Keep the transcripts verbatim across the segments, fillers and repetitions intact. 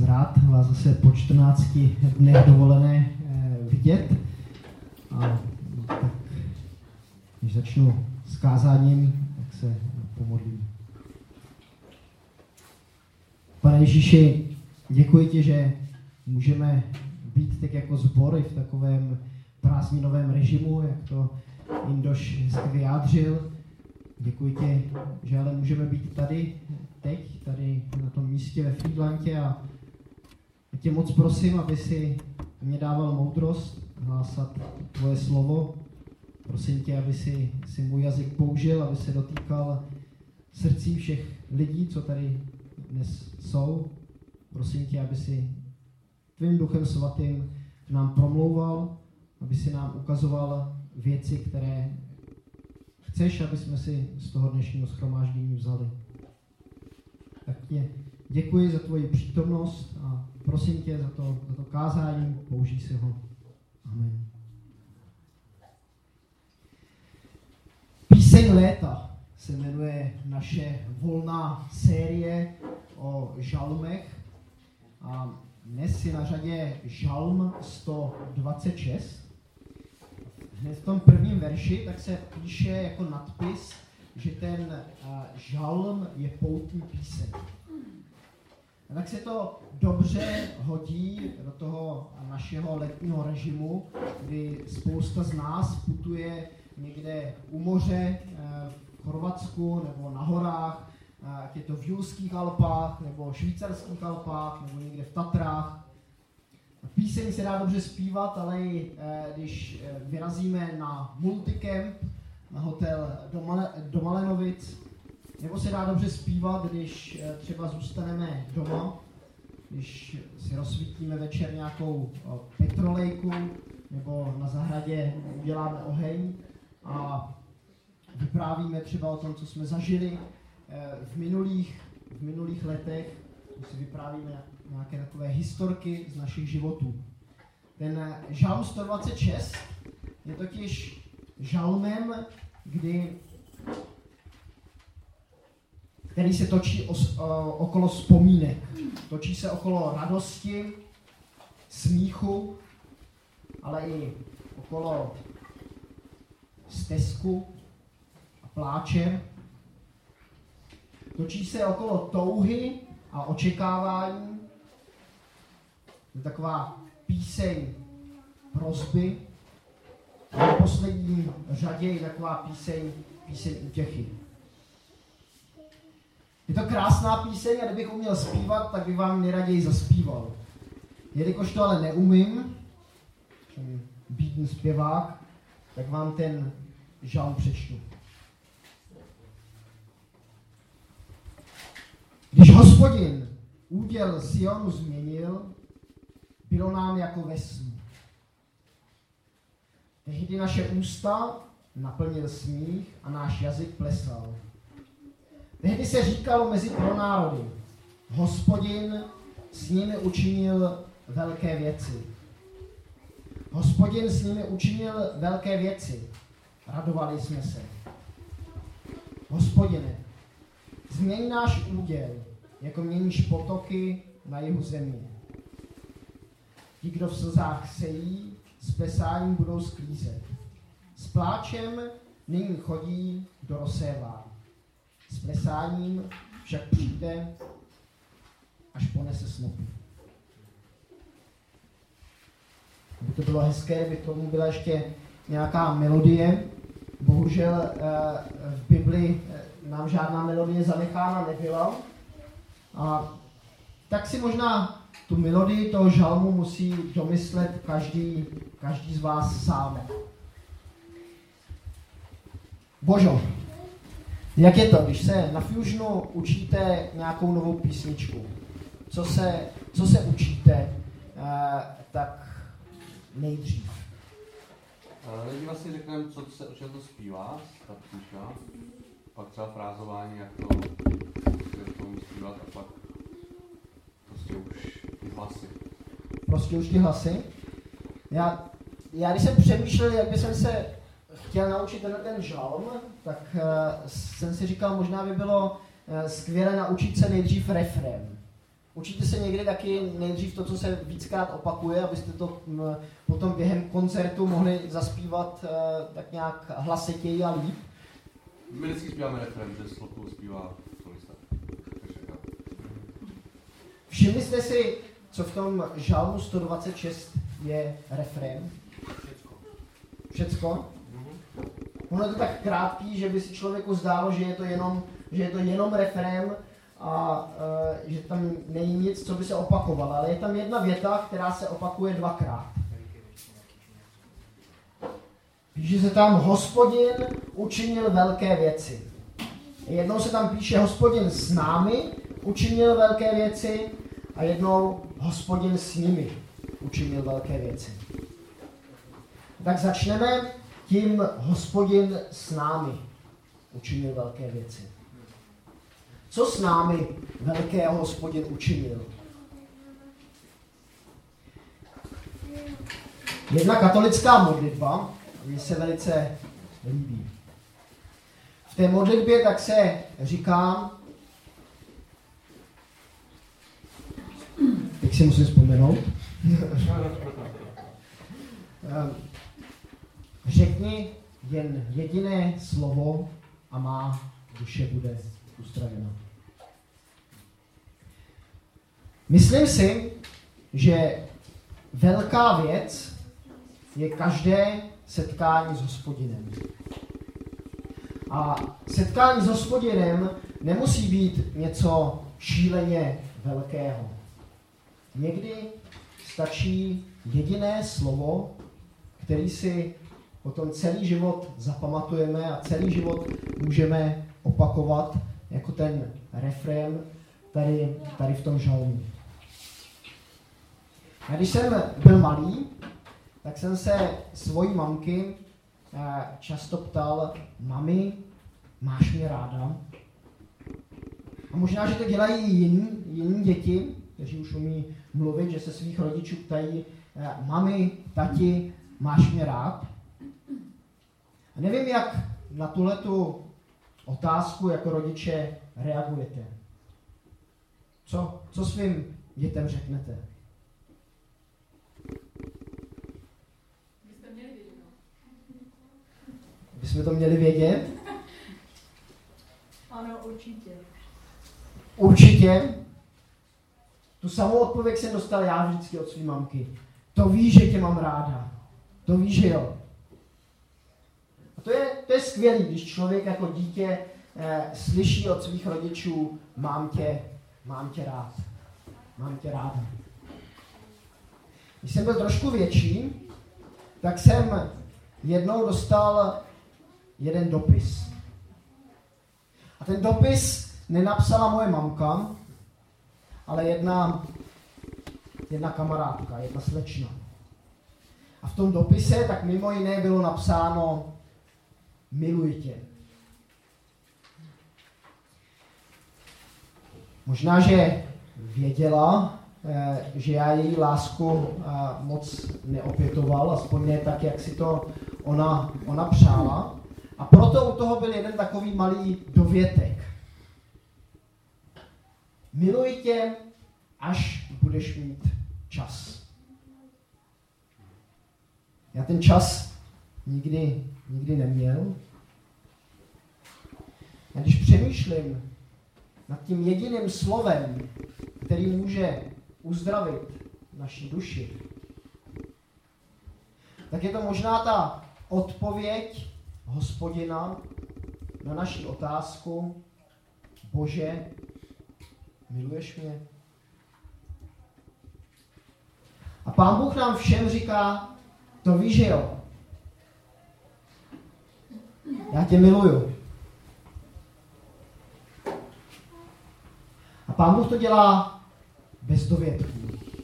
rád vás zase po čtrnácti dnech dovolené eh, vidět. A tak, když začnu s kázáním, tak se pomodlím. Pane Ježíši, děkuji ti, že můžeme být tak jako sbor v takovém prázdninovém režimu, jak to Indoš hezky vyjádřil. Děkuji ti, že ale můžeme být tady, teď, tady na tom místě ve Frýdlantě a tě moc prosím, aby si mě dával moudrost hlásat tvoje slovo. Prosím tě, aby si, si můj jazyk použil, aby se dotýkal srdcí všech lidí, co tady dnes jsou. Prosím tě, aby si tvým Duchem Svatým nám promlouval, aby si nám ukazoval věci, které chceš, aby jsme si z toho dnešního shromáždění vzali. Tak tě děkuji za tvoji přítomnost a prosím tě za to, za to kázání, použij si ho. Amen. Píseň léta se jmenuje naše volná série o žalmech. A dnes je na řadě žalm sto dvacet šest. Hned v tom prvním verši tak se píše jako nadpis, že ten uh, žalm je poutní píseň. A tak se to dobře hodí do toho našeho letního režimu, kdy spousta z nás putuje někde u moře v Chorvatsku nebo na horách, ať je to v Julských Alpách nebo švýcarských Alpách nebo někde v Tatrách. Píseň se dá dobře zpívat, ale i když vyrazíme na multicamp, na hotel do, Male, do Malenovic, nebo se dá dobře zpívat, když třeba zůstaneme doma, když si rozsvítíme večer nějakou petrolejku, nebo na zahradě uděláme oheň a vyprávíme třeba o tom, co jsme zažili v minulých, v minulých letech, si vyprávíme nějaké takové historky z našich životů. Ten žalm sto dvacet šest je totiž žalmem, kdy, který se točí os, o, okolo vzpomínek. Točí se okolo radosti, smíchu, ale i okolo stesku a pláče. Točí se okolo touhy a očekávání. Je taková píseň prosby. A v poslední řadě je taková píseň, píseň útěchy. Je to krásná píseň a kdybych uměl zpívat, tak bych vám nejraději zaspíval. Jelikož to ale neumím, jsem bídný zpěvák, tak vám ten žalm přečtu. Když Hospodin úděl Sionu změnil, bylo nám jako ve snu. Tehdy naše ústa naplnil smích a náš jazyk plesal. Tehdy se říkalo mezi pronárody, Hospodin s nimi učinil velké věci. Hospodin s nimi učinil velké věci. Radovali jsme se. Hospodine, změň náš úděl, jako měníš potoky na jihu země. Ti, kdo v slzách sejí, s plesáním budou sklízet. S pláčem nyní chodí, kdo rozsévá. S plesáním však přijde, až ponese snopy. Kdyby to bylo hezké, kdyby tomu byla ještě nějaká melodie. Bohužel v Bibli nám žádná melodie zanechána nebyla. A tak si možná tu melodii toho žalmu musí domyslet každý, každý z vás sám. Božo, jak je to, když se na Fusionu učíte nějakou novou písničku? Co se, co se učíte eh, tak nejdřív? Nejdřív asi řekneme, co se, o čem to zpívá, ta písnička, pak třeba frázování, jak to, jak to umí zpívat a pak prostě už ty hlasy. Prostě už ty hlasy? Já, já když jsem přemýšlel, jak bych se chtěl naučit tenhle ten žalm, tak uh, jsem si říkal, možná by bylo uh, skvěle naučit se nejdřív refrén. Učíte se někdy taky nejdřív to, co se víckrát opakuje, abyste to m, potom během koncertu mohli zaspívat uh, tak nějak hlasitěji a líp? My vždycky zpíváme refrén, že sloku zpívá solista. Všimli jste si, co v tom žalmu sto dvacet šest je refrén? Všecko. Všecko? Ono je to tak krátký, že by si člověku zdálo, že je to jenom, že je to jenom refrén a uh, že tam není nic, co by se opakovalo. Ale je tam jedna věta, která se opakuje dvakrát. Píše se tam, Hospodin učinil velké věci. Jednou se tam píše, Hospodin s námi učinil velké věci a jednou Hospodin s nimi učinil velké věci. Tak začneme tím, Hospodin s námi učinil velké věci. Co s námi velkého Hospodin učinil? Jedna katolická modlitba mně se velice líbí. V té modlitbě tak se říká, teď si musím vzpomenout, řekni jen jediné slovo a má duše bude uzdravena. Myslím si, že velká věc je každé setkání s Hospodinem. A setkání s Hospodinem nemusí být něco šíleně velkého. Někdy stačí jediné slovo, který si potom celý život zapamatujeme a celý život můžeme opakovat jako ten refrén tady, tady v tom žalmu. A když jsem byl malý, tak jsem se svojí mamky často ptal, mami, máš mě ráda? A možná, že to dělají jiní, jiní děti, kteří už umí mluvit, že se svých rodičů ptají, mami, tati, máš mě rád? A nevím, jak na tuhletu otázku jako rodiče reagujete. Co, co svým dětem řeknete? Byste měli vědět, no. Bychom to měli vědět? Ano, určitě. Určitě. Tu samou odpověď jsem dostal já vždycky od své mamky. To víš, že tě mám ráda. To víš, že jo. A to je, to je skvělý, když člověk jako dítě eh, slyší od svých rodičů, mám tě, mám tě rád. Mám tě ráda. Když jsem byl trošku větší, tak jsem jednou dostal jeden dopis. A ten dopis nenapsala moje mamka, ale jedna, jedna kamarádka, jedna slečna. A v tom dopise tak mimo jiné bylo napsáno miluji tě. Možná, že věděla, že já její lásku moc neopětoval, aspoň ne tak, jak si to ona, ona přála. A proto u toho byl jeden takový malý dovětek. Miluji tě, až budeš mít čas. Já ten čas nikdy, nikdy neměl. A když přemýšlím nad tím jediným slovem, který může uzdravit naši duši, tak je to možná ta odpověď Hospodina na naši otázku, Bože, miluješ mě? A Pán Bůh nám všem říká, to víš, že jo. Já tě miluju. A Pán Bůh to dělá bez dovětků.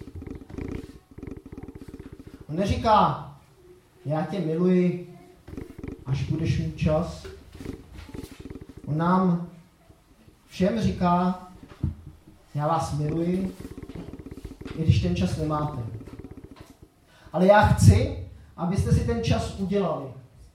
On neříká, já tě miluji, až budeš mít čas. On nám všem říká, já vás miluji, i když ten čas nemáte. Ale já chci, abyste si ten čas udělali.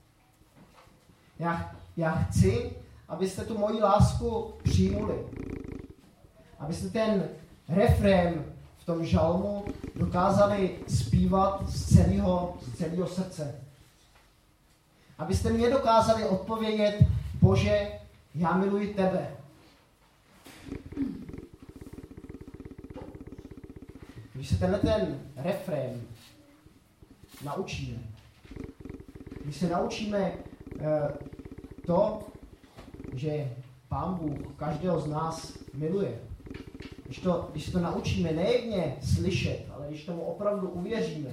Já, já chci, abyste tu moji lásku přijmuli. Abyste ten refrén v tom žalmu dokázali zpívat z celého, z celého srdce. Abyste mě dokázali odpovědět, Bože, já miluji tebe. Když se tenhle ten refrén naučíme, když se naučíme eh, to, že Pán Bůh každého z nás miluje, když, to, když to naučíme nejedně slyšet, ale když tomu opravdu uvěříme,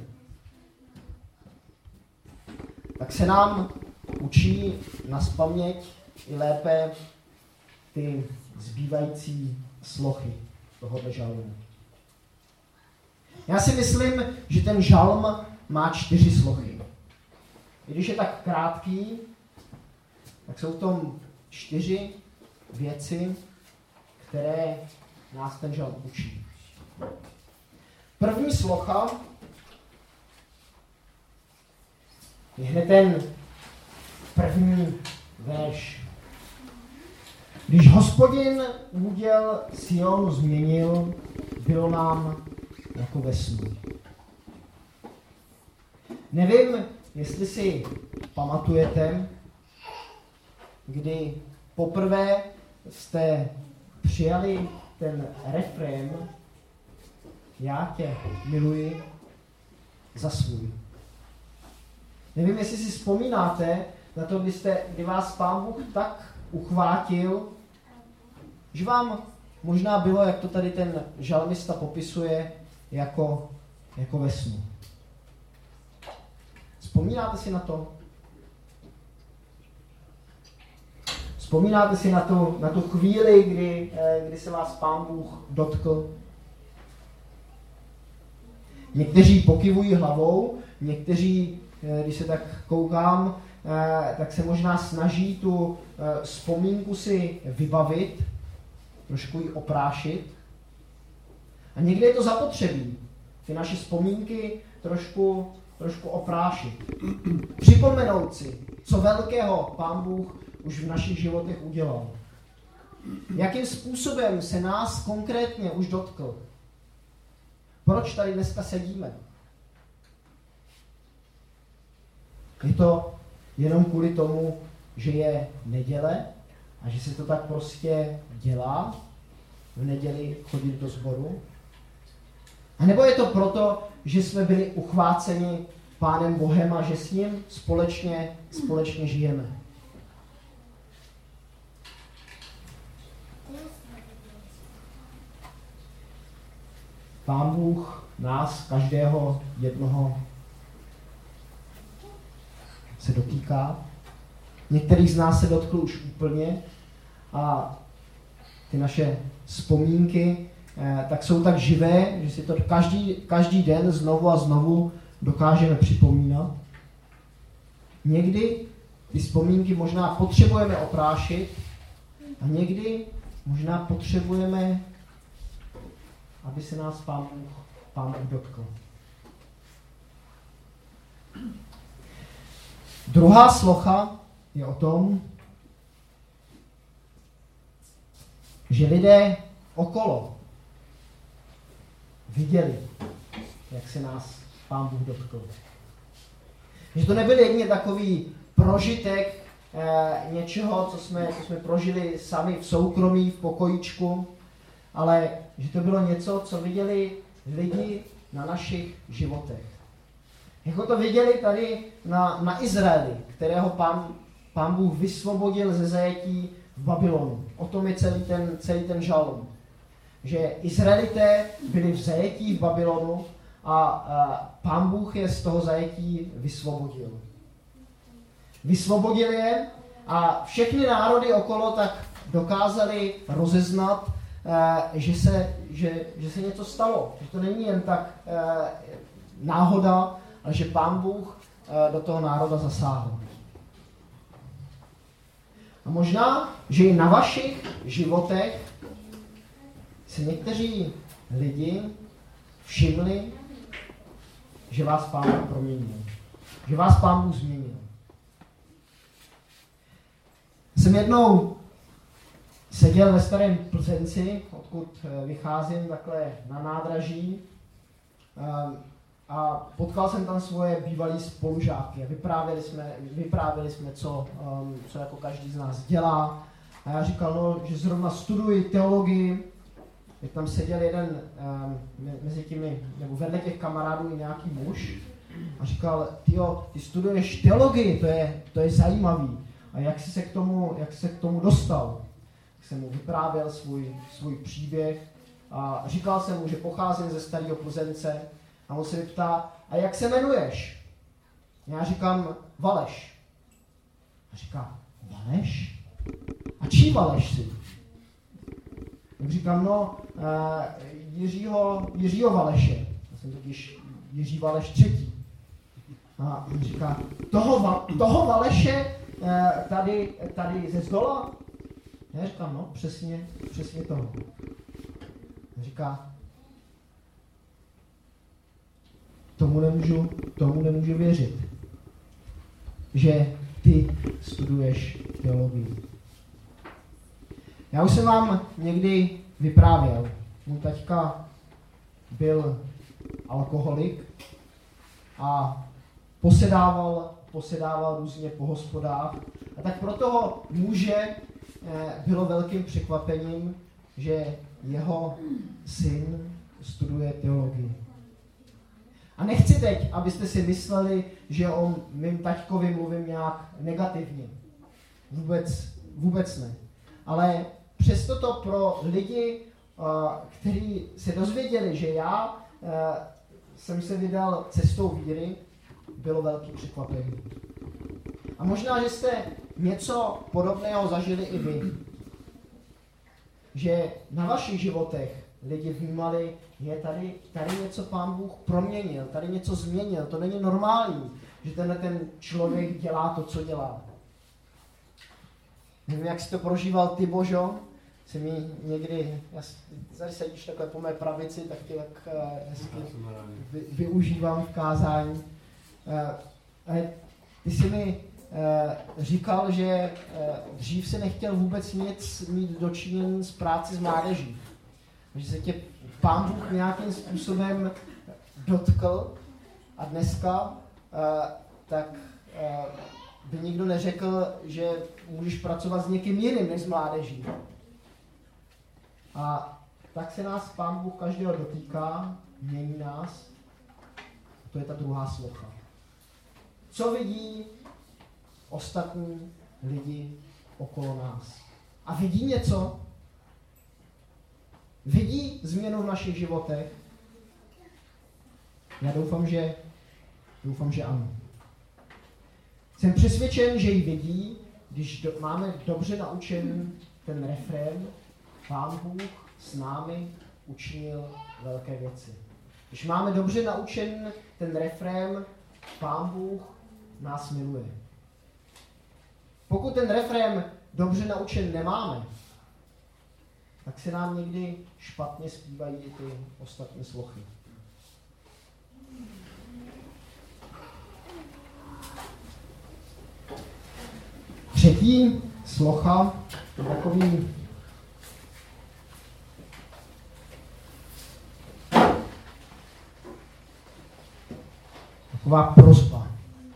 tak se nám učí nazpaměť i lépe ty zbývající slochy tohoto žalmu. Já si myslím, že ten žalm má čtyři slochy. I když je tak krátký, tak jsou v tom čtyři věci, které nás ten žalm učí. První slocha je hned ten první verš. Když Hospodin úděl Sionu změnil, bylo nám jako ve snu. Nevím, jestli si pamatujete, kdy poprvé jste přijali ten refrén Já tě miluji za svůj. Nevím, jestli si vzpomínáte na to, kdy, jste, kdy vás Pán Bůh tak uchvátil, že vám možná bylo, jak to tady ten žalmista popisuje, jako, jako ve snu. Vzpomínáte si na to? Vzpomínáte si na tu, na tu chvíli, kdy, kdy se vás Pán Bůh dotkl? Někteří pokyvují hlavou, někteří, když se tak koukám, tak se možná snaží tu vzpomínku si vybavit, trošku ji oprášit. A někdy je to zapotřebí, ty naše vzpomínky trošku, trošku oprášit. Připomenout si, co velkého Pán Bůh už v našich životech udělal. Jakým způsobem se nás konkrétně už dotkl. Proč tady dneska sedíme? Je to jenom kvůli tomu, že je neděle a že se to tak prostě dělá v neděli chodit do sboru? A nebo je to proto, že jsme byli uchváceni Pánem Bohem a že s ním společně, společně žijeme? Pán Bůh nás, každého jednoho, se dotýká. Některých z nás se dotkl už úplně a ty naše vzpomínky eh, tak jsou tak živé, že si to každý, každý den znovu a znovu dokážeme připomínat. Někdy ty vzpomínky možná potřebujeme oprášit a někdy možná potřebujeme, aby se nás Pán Bůh, Pán Bůh dotkl. Druhá slocha je o tom, že lidé okolo viděli, jak se nás Pán Bůh dotkl. Že to nebyl jen takový prožitek eh, něčeho, co jsme, co jsme prožili sami v soukromí, v pokojíčku, ale že to bylo něco, co viděli lidi na našich životech. Jako to viděli tady na, na Izraeli, kterého pán, pán Bůh vysvobodil ze zajetí v Babylonu. O tom je celý ten, celý ten žalm. Že Izraelité byli v zajetí v Babylonu a, a Pán Bůh je z toho zajetí vysvobodil. Vysvobodil je a všechny národy okolo tak dokázali rozeznat, Že se, že, že se něco stalo. Že to není jen tak e, náhoda, ale že Pán Bůh e, do toho národa zasáhl. A možná, že i na vašich životech se někteří lidi všimli, že vás Pán Bůh proměnil. Že vás Pán Bůh změnil. Jsem jednou seděl ve Starém Plzenci, odkud vycházím, takhle na nádraží. A potkal jsem tam svoje bývalé spolužáky a vyprávěli jsme, vyprávěli jsme co, co jako každý z nás dělá. A já říkal, no, že zrovna studuji teologii. Jak tam seděl jeden mezi těmi, nebo vedle těch kamarádů i nějaký muž a říkal, tyjo, ty studuješ teologii, to je, to je zajímavý. A jak jsi se k tomu, jak jsi se k tomu dostal? Tak jsem mu vyprávěl svůj, svůj příběh a říkal jsem mu, že pocházím ze Starého Plzence a on se mi ptá, a jak se jmenuješ? Já říkám, Valeš. A říká, Valeš? A čí Valeš jsi? Tak říkám, no, uh, Jiřího, Jiřího Valeše. Já jsem totiž Jiří Valeš třetí. A on říká, toho, toho Valeše uh, tady, tady ze zdola? Já říkám, no, přesně, přesně toho. A říká, tomu nemůžu, tomu nemůžu věřit, že ty studuješ teologii. Já už jsem vám někdy vyprávěl. Můj taťka byl alkoholik a posedával, posedával různě po hospodách. A tak pro toho muže bylo velkým překvapením, že jeho syn studuje teologii. A nechci teď, abyste si mysleli, že o mým taťkovi mluvím nějak negativně. Vůbec, vůbec ne. Ale přesto to pro lidi, kteří se dozvěděli, že já jsem se vydal cestou víry, bylo velké překvapení. A možná, že jste něco podobného zažili i vy. Že na vašich životech lidi vnímali, je tady, tady něco Pán Bůh proměnil, tady něco změnil, to není normální, že tenhle ten člověk dělá to, co dělá. Nevím, jak jsi to prožíval ty, Božo, jsi mi někdy, já tady sedíš takhle po mé pravici, tak tě tak uh, hezky vy, využívám v kázání. Uh, ty jsi mi uh, říkal, že uh, dřív se nechtěl vůbec nic mít dočinění s práci s mládeží. Že se tě Pán Bůh nějakým způsobem dotkl a dneska uh, tak uh, by nikdo neřekl, že můžeš pracovat s někým jiným než s mládeží. A tak se nás Pán Bůh každého dotýká, mění nás. To je ta druhá sloka. Co vidí ostatní lidi okolo nás? A vidí něco? Vidí změnu v našich životech? Já doufám, že, doufám, že ano. Jsem přesvědčen, že ji vidí, když do, máme dobře naučen ten refrén, Pán Bůh s námi učinil velké věci. Když máme dobře naučen ten refrén, Pán Bůh nás miluje. Pokud ten refrén dobře naučen nemáme, tak se nám někdy špatně zpívají i ty ostatní slochy. Třetí slocha je takový taková prosba.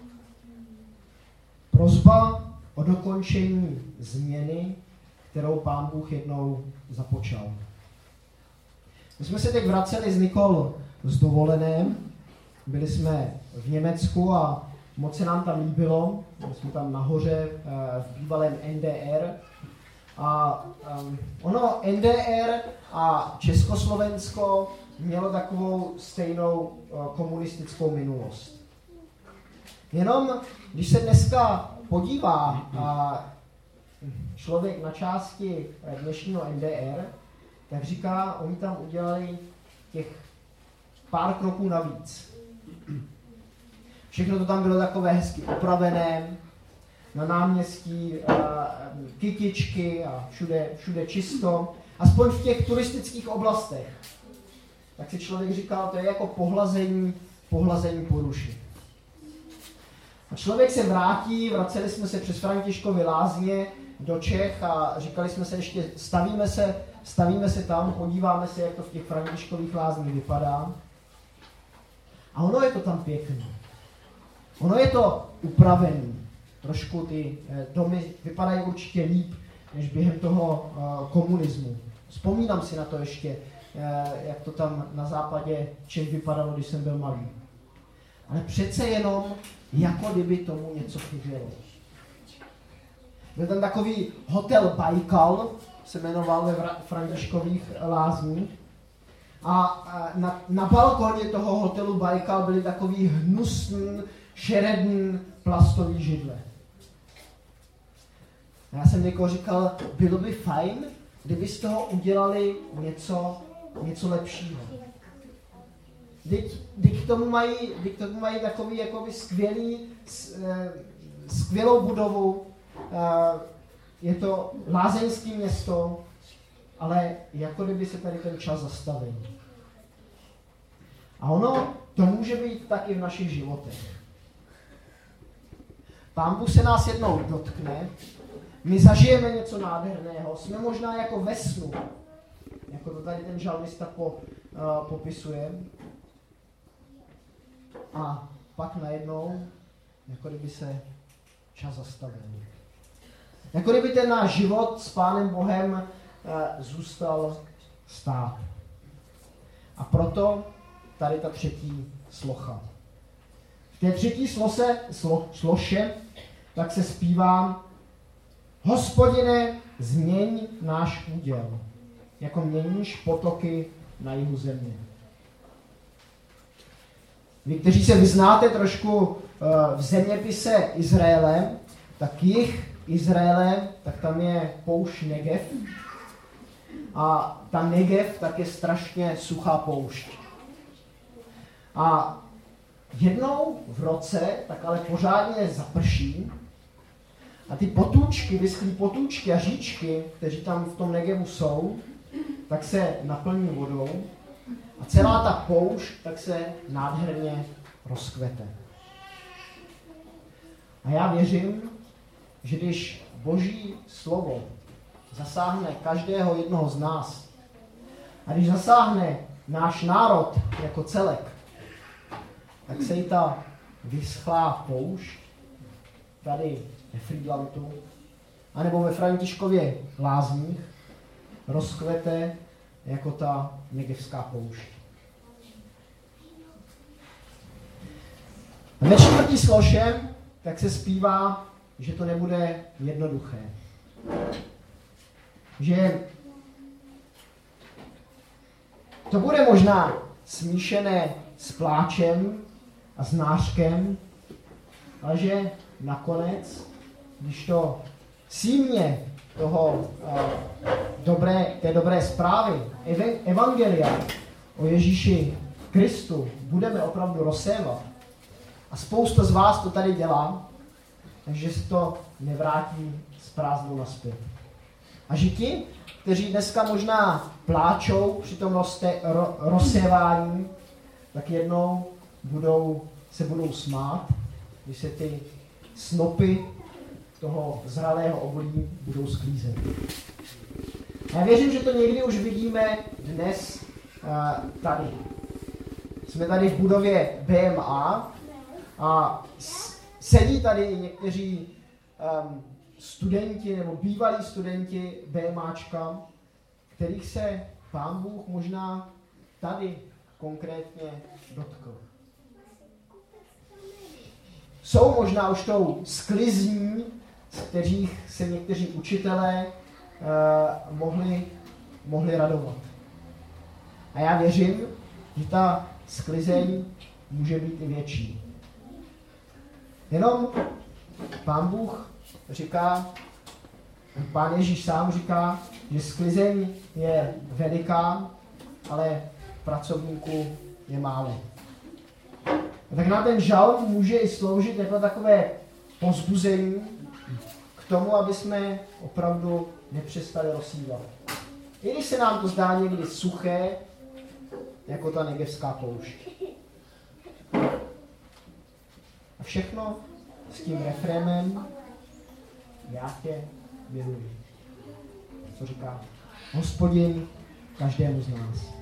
Prosba o dokončení změny, kterou Pán Bůh jednou započal. My jsme se teď vraceli s Nikol z dovolené, byli jsme v Německu a moc se nám tam líbilo, byli jsme tam nahoře v bývalém N D R a um, ono N D R a Československo mělo takovou stejnou uh, komunistickou minulost. Jenom když se dneska podívá uh, člověk na části dnešního N D R, tak říká, oni tam udělali těch pár kroků navíc. Všechno to tam bylo takové hezky upravené, na náměstí uh, kytičky a všude, všude čisto, aspoň v těch turistických oblastech. Tak si člověk říkal, to je jako pohlazení, pohlazení poruši. A člověk se vrátí, vraceli jsme se přes Františkovy lázně do Čech a říkali jsme se ještě, stavíme se, stavíme se tam, podíváme se, jak to v těch Františkových lázních vypadá. A ono je to tam pěkné. Ono je to upravené. Trošku ty domy vypadají určitě líp, než během toho komunismu. Vzpomínám si na to ještě, jak to tam na západě Čech vypadalo, když jsem byl malý. Ale přece jenom, jako kdyby tomu něco chybělo. Byl tam takový hotel Bajkal, se jmenoval ve Františkových lázních. A na, na balkoně toho hotelu Bajkal byly takový hnusný, šeredný plastový židle. Já jsem někoho říkal, bylo by fajn, kdyby z toho udělali něco, něco lepšího. Když k tomu mají, k tomu mají takový jakoby skvělý, skvělou budovu, je to lázeňské město, ale jako kdyby se tady ten čas zastavil. A ono, to může být taky v našich životech. Pán Bůh se nás jednou dotkne, my zažijeme něco nádherného, jsme možná jako ve snu, jako to tady ten žalmista po, uh, popisuje. A pak najednou, jako kdyby se čas zastavil. Jako kdyby ten náš život s Pánem Bohem uh, zůstal stát. A proto tady ta třetí slocha. V té třetí slose, slo, sloše tak se zpívá: Hospodine, změň náš úděl, jako měníš potoky na jihu země. Vy, kteří se vyznáte trošku uh, v zeměpise Izraele, tak jih Izraele, tak tam je poušť Negev. A ta Negev tak je strašně suchá poušť. A jednou v roce tak ale pořádně zaprší a ty potůčky, vyschlý potůčky a říčky, kteří tam v tom Negevu jsou, tak se naplní vodou a celá ta poušť tak se nádherně rozkvete. A já věřím, že když Boží slovo zasáhne každého jednoho z nás a když zasáhne náš národ jako celek, tak se i ta vyschlá poušť tady ve Frýdlantu anebo ve Františkově lázních rozkvete jako ta negevská poušť. Ve čtvrtý sloše tak se zpívá, že to nebude jednoduché. Že to bude možná smíšené s pláčem a s nářkem, ale že nakonec, když to símě toho uh, dobré, té dobré zprávy, evangelia o Ježíši Kristu budeme opravdu rozsévat, a spousta z vás to tady dělá, takže se to nevrátí s prázdnou nazpět. A že ti, kteří dneska možná pláčou při tom roste, ro, rozsévání, tak jednou budou, se budou smát, když se ty snopy toho zralého obolí budou sklízet. Já věřím, že to někdy už vidíme dnes uh, tady. Jsme tady v budově B M A a sedí tady někteří um, studenti nebo bývalí studenti BMAčka, kterých se Pán Bůh možná tady konkrétně dotkl. Jsou možná už tou sklizní, z kterých se někteří učitelé uh, mohli, mohli radovat. A já věřím, že ta sklizeň může být i větší. Jenom Pán Bůh říká, Pán Ježíš sám říká, že sklizeň je veliká, ale pracovníků je málo. A tak na ten žalm může i sloužit jako takové povzbuzení k tomu, aby jsme opravdu nepřestali rozsívat. I když se nám to zdá někdy suché, jako ta negevská poušť. A všechno s tím refrémem: Já tě věnuji. Co říká Hospodin každému z nás.